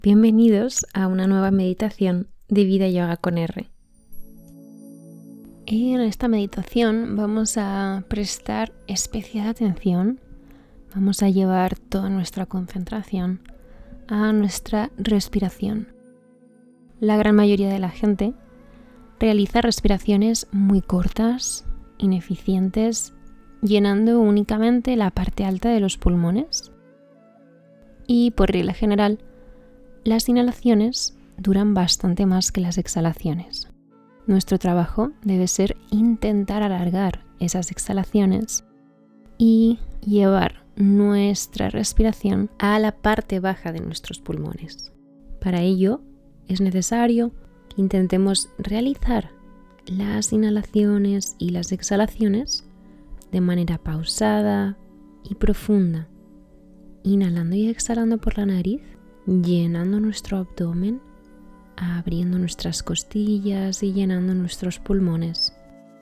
Bienvenidos a una nueva meditación de Vida Yoga con R. En esta meditación vamos a prestar especial atención, vamos a llevar toda nuestra concentración a nuestra respiración. La gran mayoría de la gente realiza respiraciones muy cortas, ineficientes, llenando únicamente la parte alta de los pulmones. Y por regla general, las inhalaciones duran bastante más que las exhalaciones. Nuestro trabajo debe ser intentar alargar esas exhalaciones y llevar nuestra respiración a la parte baja de nuestros pulmones. Para ello es necesario que intentemos realizar las inhalaciones y las exhalaciones de manera pausada y profunda, inhalando y exhalando por la nariz, llenando nuestro abdomen, abriendo nuestras costillas y llenando nuestros pulmones,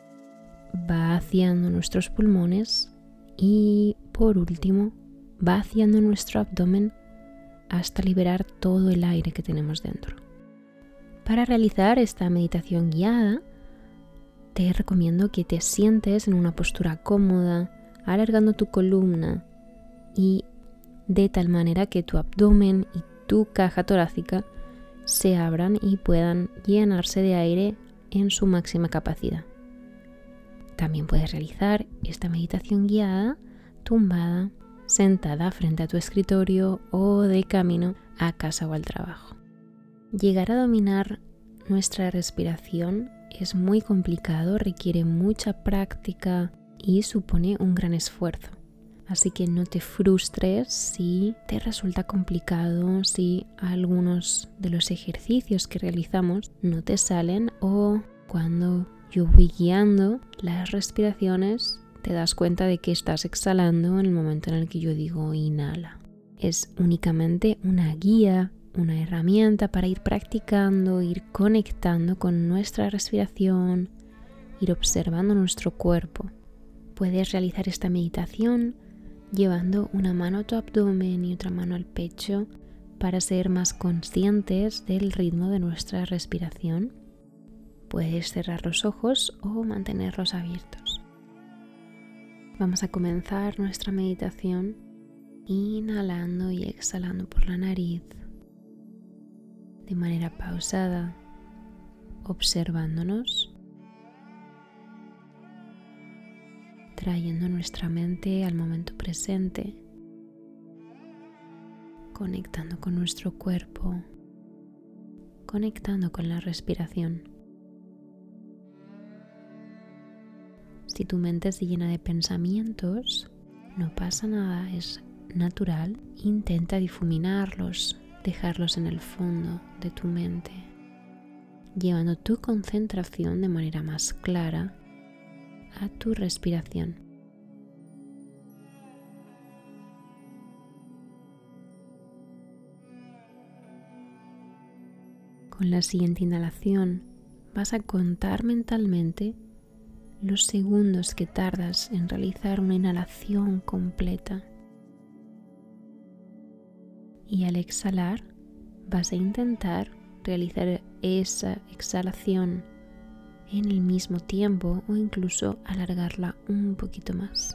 vaciando nuestros pulmones y, por último, vaciando nuestro abdomen hasta liberar todo el aire que tenemos dentro. Para realizar esta meditación guiada, te recomiendo que te sientes en una postura cómoda, alargando tu columna y de tal manera que tu abdomen y tu caja torácica se abran y puedan llenarse de aire en su máxima capacidad. También puedes realizar esta meditación guiada tumbada, sentada frente a tu escritorio o de camino a casa o al trabajo. Llegar a dominar nuestra respiración es muy complicado, requiere mucha práctica y supone un gran esfuerzo. Así que no te frustres si te resulta complicado, si algunos de los ejercicios que realizamos no te salen o cuando yo voy guiando las respiraciones te das cuenta de que estás exhalando en el momento en el que yo digo inhala. Es únicamente una guía, una herramienta para ir practicando, ir conectando con nuestra respiración, ir observando nuestro cuerpo. Puedes realizar esta meditación llevando una mano a tu abdomen y otra mano al pecho para ser más conscientes del ritmo de nuestra respiración. Puedes cerrar los ojos o mantenerlos abiertos. Vamos a comenzar nuestra meditación inhalando y exhalando por la nariz de manera pausada, observándonos, trayendo nuestra mente al momento presente, conectando con nuestro cuerpo, conectando con la respiración. Si tu mente se llena de pensamientos, no pasa nada, es natural. Intenta difuminarlos, dejarlos en el fondo de tu mente, llevando tu concentración de manera más clara a tu respiración. Con la siguiente inhalación vas a contar mentalmente los segundos que tardas en realizar una inhalación completa. Y al exhalar vas a intentar realizar esa exhalación en el mismo tiempo o incluso alargarla un poquito más.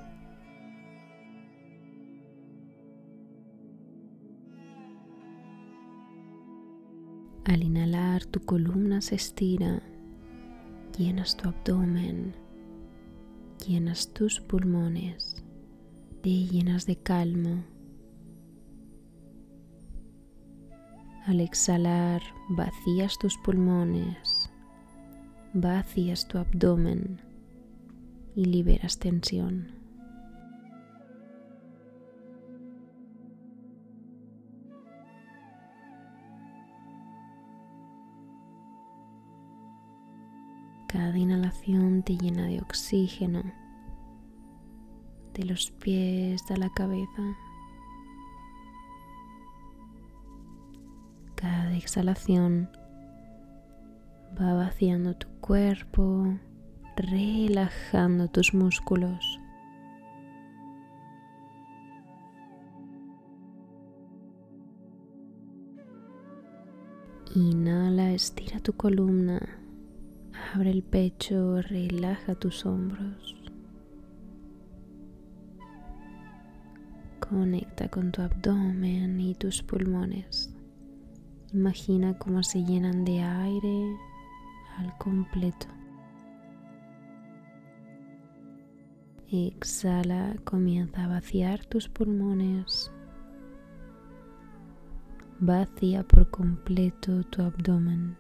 Al inhalar, tu columna se estira, llenas tu abdomen, llenas tus pulmones, te llenas de calma. Al exhalar, vacías tus pulmones, vacías tu abdomen y liberas tensión. Cada inhalación te llena de oxígeno, de los pies a la cabeza. Cada exhalación va vaciando tu cuerpo, relajando tus músculos. Inhala, estira tu columna, abre el pecho, relaja tus hombros. Conecta con tu abdomen y tus pulmones. Imagina cómo se llenan de aire al completo. Exhala, comienza a vaciar tus pulmones. Vacía por completo tu abdomen.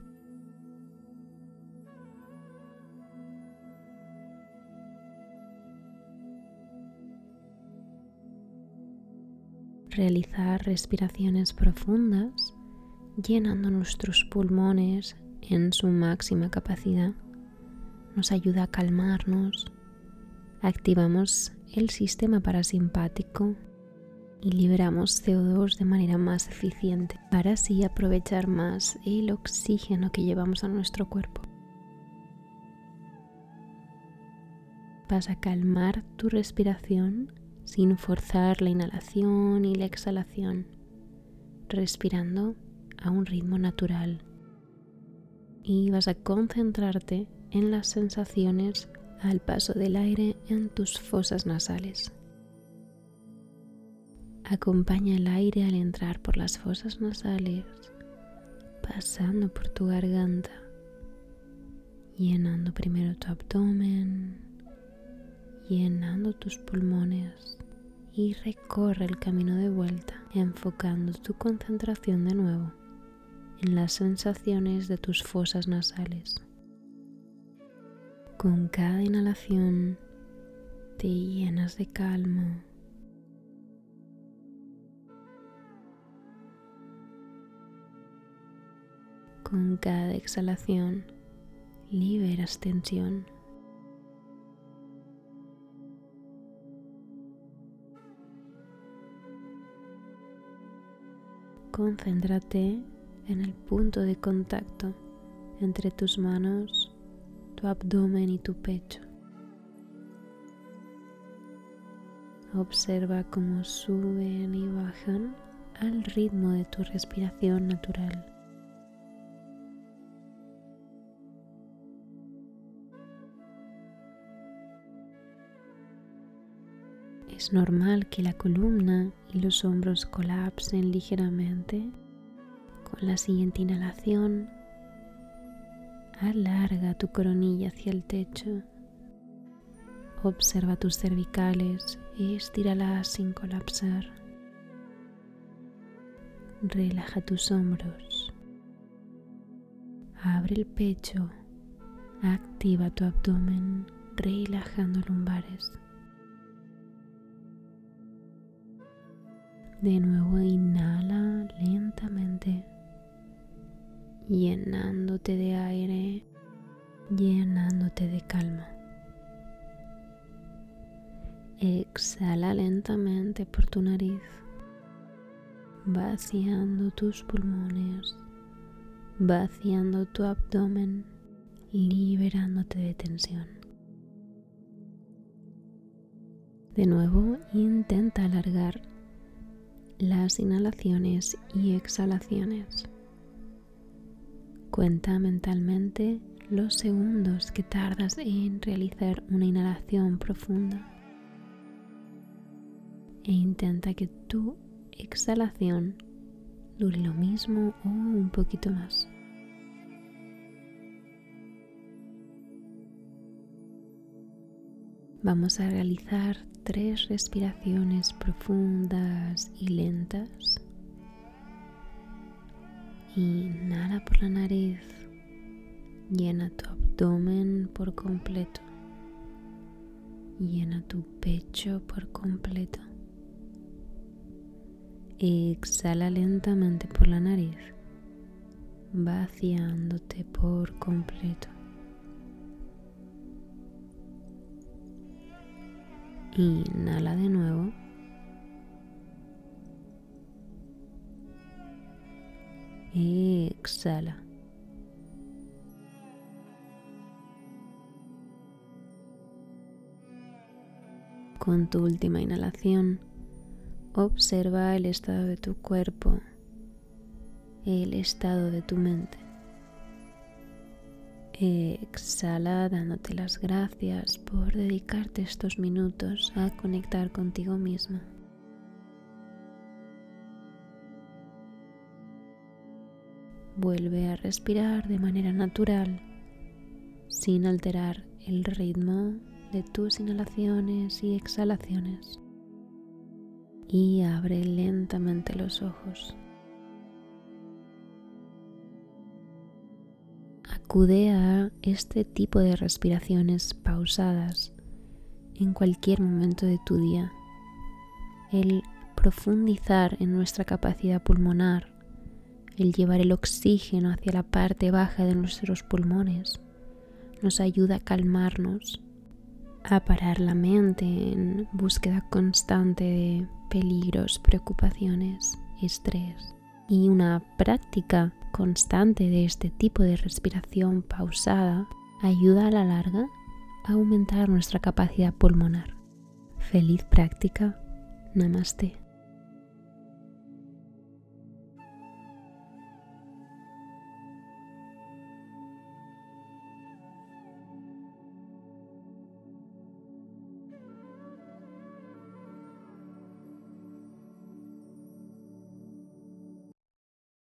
Realizar respiraciones profundas, llenando nuestros pulmones en su máxima capacidad, nos ayuda a calmarnos. Activamos el sistema parasimpático y liberamos CO2 de manera más eficiente para así aprovechar más el oxígeno que llevamos a nuestro cuerpo. Vas a calmar tu respiración sin forzar la inhalación y la exhalación, respirando a un ritmo natural. Y vas a concentrarte en las sensaciones al paso del aire en tus fosas nasales. Acompaña el aire al entrar por las fosas nasales, pasando por tu garganta, llenando primero tu abdomen, llenando tus pulmones y recorre el camino de vuelta, enfocando tu concentración de nuevo en las sensaciones de tus fosas nasales. Con cada inhalación te llenas de calma. Con cada exhalación liberas tensión. Concéntrate en el punto de contacto entre tus manos, tu abdomen y tu pecho. Observa cómo suben y bajan al ritmo de tu respiración natural. Es normal que la columna y los hombros colapsen ligeramente. Con la siguiente inhalación, alarga tu coronilla hacia el techo. Observa tus cervicales y estíralas sin colapsar. Relaja tus hombros. Abre el pecho. Activa tu abdomen, relajando lumbares. De nuevo inhala lentamente, llenándote de aire, llenándote de calma. Exhala lentamente por tu nariz, vaciando tus pulmones, vaciando tu abdomen, liberándote de tensión. De nuevo intenta alargar las inhalaciones y exhalaciones. Cuenta mentalmente los segundos que tardas en realizar una inhalación profunda e intenta que tu exhalación dure lo mismo o un poquito más. Vamos a realizar 3 respiraciones profundas y lentas. Inhala por la nariz, llena tu abdomen por completo, llena tu pecho por completo. Exhala lentamente por la nariz, vaciándote por completo. Inhala de nuevo. Exhala. Con tu última inhalación, observa el estado de tu cuerpo. el estado de tu mente. Exhala dándote las gracias por dedicarte estos minutos a conectar contigo misma. Vuelve a respirar de manera natural, sin alterar el ritmo de tus inhalaciones y exhalaciones. Y abre lentamente los ojos. Acude a este tipo de respiraciones pausadas en cualquier momento de tu día. El profundizar en nuestra capacidad pulmonar, el llevar el oxígeno hacia la parte baja de nuestros pulmones, nos ayuda a calmarnos, a parar la mente en búsqueda constante de peligros, preocupaciones, estrés. Y una práctica constante de este tipo de respiración pausada ayuda a la larga a aumentar nuestra capacidad pulmonar. Feliz práctica. Namaste.